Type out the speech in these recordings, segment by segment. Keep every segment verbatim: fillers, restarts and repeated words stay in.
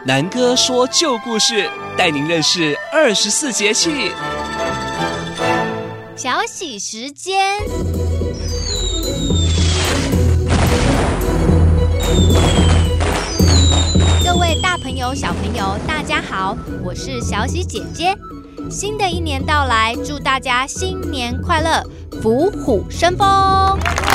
南哥说旧故事，带您认识二十四节气。 小喜时间，各位大朋友、小朋友，大家好，我是小喜姐姐。新的一年到来，祝大家新年快乐，虎虎生风。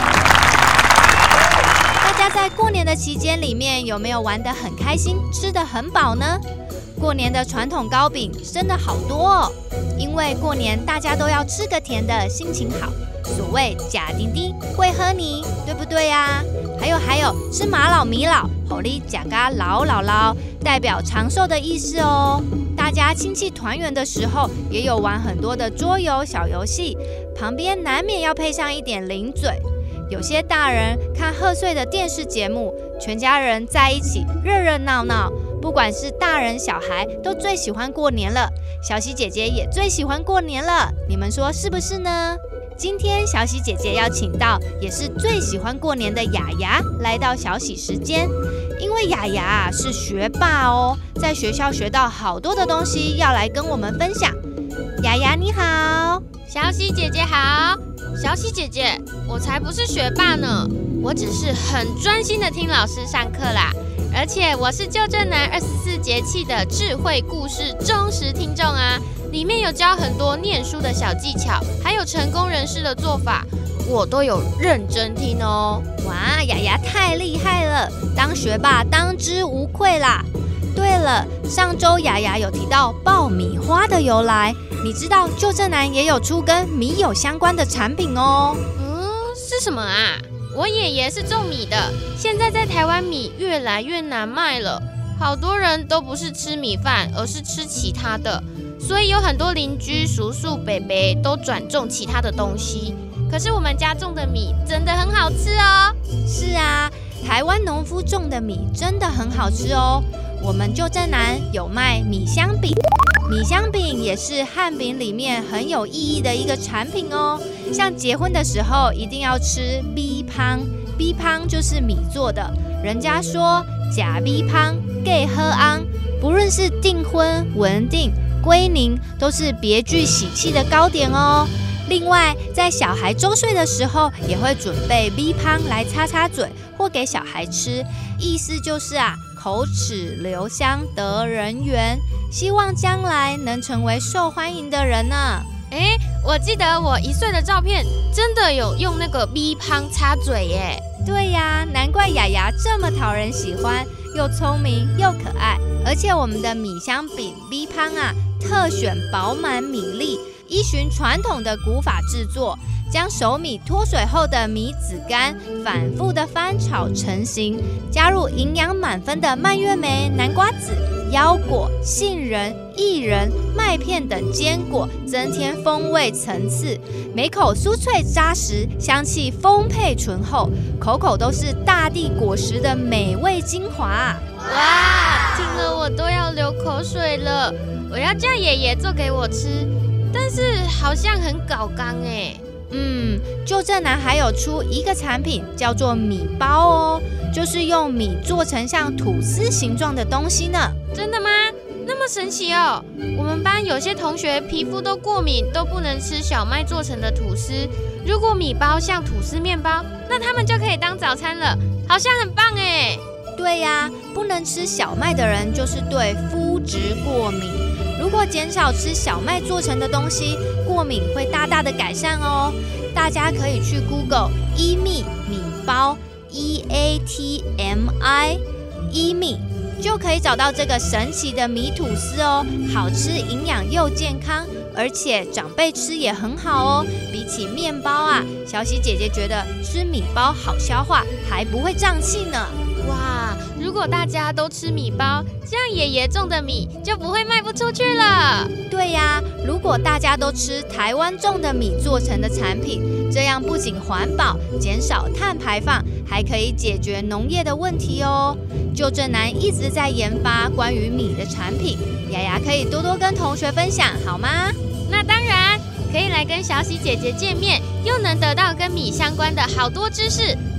大家在过年的期间里面有没有玩得很开心，吃得很饱呢？过年的传统糕饼真的好多哦，因为过年大家都要吃个甜的，心情好。所谓假丁丁会喝你，对不对呀？还有还有，吃马老米老，吼哩假嘎老老老，代表长寿的意思哦。大家亲戚团圆的时候，也有玩很多的桌游小游戏，旁边难免要配上一点零嘴。有些大人看贺岁的电视节目，全家人在一起热热闹闹，不管是大人小孩都最喜欢过年了。小喜姐姐也最喜欢过年了，你们说是不是呢？今天小喜姐姐要请到也是最喜欢过年的雅雅来到小喜时间，因为雅雅是学霸哦，在学校学到好多的东西要来跟我们分享。雅雅你好。 小喜姐姐好。小喜姐姐，我才不是学霸呢，我只是很专心的听老师上课啦。而且我是旧正南二十四节气的智慧故事忠实听众啊，里面有教很多念书的小技巧，还有成功人士的做法，我都有认真听哦。 哇，雅雅太厉害了，当学霸当之无愧啦。对了，上周雅雅有提到爆米花的由来，你知道旧正南也有出跟米有相关的产品哦。 嗯，是什么啊？我爷爷是种米的，现在在台湾米越来越难卖了，好多人都不是吃米饭，而是吃其他的，所以有很多邻居、叔叔、伯伯都转种其他的东西。可是我们家种的米真的很好吃哦。 是啊，台湾农夫种的米真的很好吃哦。我们旧正南有卖米香饼，米香饼也是汉饼里面很有意义的一个产品哦。像结婚的时候一定要吃米香，米香就是米做的。人家说假米香gay喝昂，不论是订婚、文定、归宁，都是别具喜气的糕点哦。另外，在小孩周岁的时候，也会准备米香来擦擦嘴或给小孩吃，意思就是啊，口齿留香得人缘，希望将来能成为受欢迎的人呢。 哎，我记得我一岁的照片真的有用那个米香擦嘴耶。 对呀，难怪雅雅这么讨人喜欢，又聪明又可爱。而且我们的米香饼米香啊，特选饱满米粒，依循传统的古法制作，将熟米脱水后的米籽干反复的翻炒成型，加入营养满分的蔓越莓、南瓜籽、腰果、杏仁、薏仁、麦片等坚果，增添风味层次。每口酥脆扎实，香气丰沛醇厚，口口都是大地果实的美味精华。 哇，听了我都要流口水了，我要叫爷爷做给我吃，但是好像很搞刚哎。 嗯，旧正南还有出一个产品叫做米包哦，就是用米做成像吐司形状的东西呢。 真的吗？那么神奇哦！我们班有些同学皮肤都过敏，都不能吃小麦做成的吐司。如果米包像吐司面包，那他们就可以当早餐了，好像很棒哎。 对呀，不能吃小麦的人就是对麸质过敏。如果减少吃小麦做成的东西，过敏会大大的改善哦。大家可以去 Google 伊米米包 E A T M I 伊米，就可以找到这个神奇的米吐司哦，好吃、营养又健康，而且长辈吃也很好哦。比起面包啊，小喜姐姐觉得吃米包好消化，还不会胀气呢。 哇，如果大家都吃米包，这样爷爷种的米就不会卖不出去了。 对呀，如果大家都吃台湾种的米做成的产品，这样不仅环保、减少碳排放，还可以解决农业的问题哦。旧正南一直在研发关于米的产品，雅雅可以多多跟同学分享，好吗？ 那当然，可以来跟小喜姐姐见面，又能得到跟米相关的好多知识。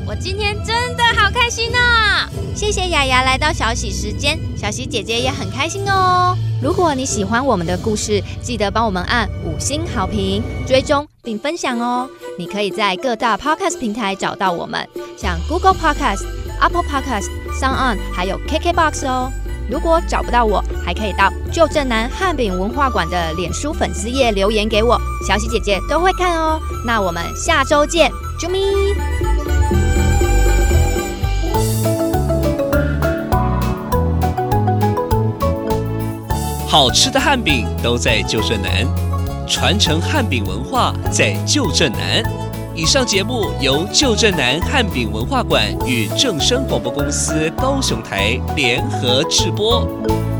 我今天真的好开心哦！ 谢谢雅雅来到小喜时间，小喜姐姐也很开心哦。如果你喜欢我们的故事，记得帮我们按五星好评、追踪并分享哦。你可以在各大 Podcast 平台找到我们，像 Google Podcast、Apple Podcast、SoundOn 还有 K K B O X 哦。如果找不到我，还可以到旧镇南汉饼文化馆的脸书粉丝页留言给我，小喜姐姐都会看哦。那我们下周见，啾咪！ 好吃的汉饼都在旧镇南，传承汉饼文化在旧镇南。以上节目由旧镇南汉饼文化馆与正声广播公司高雄台联合制播。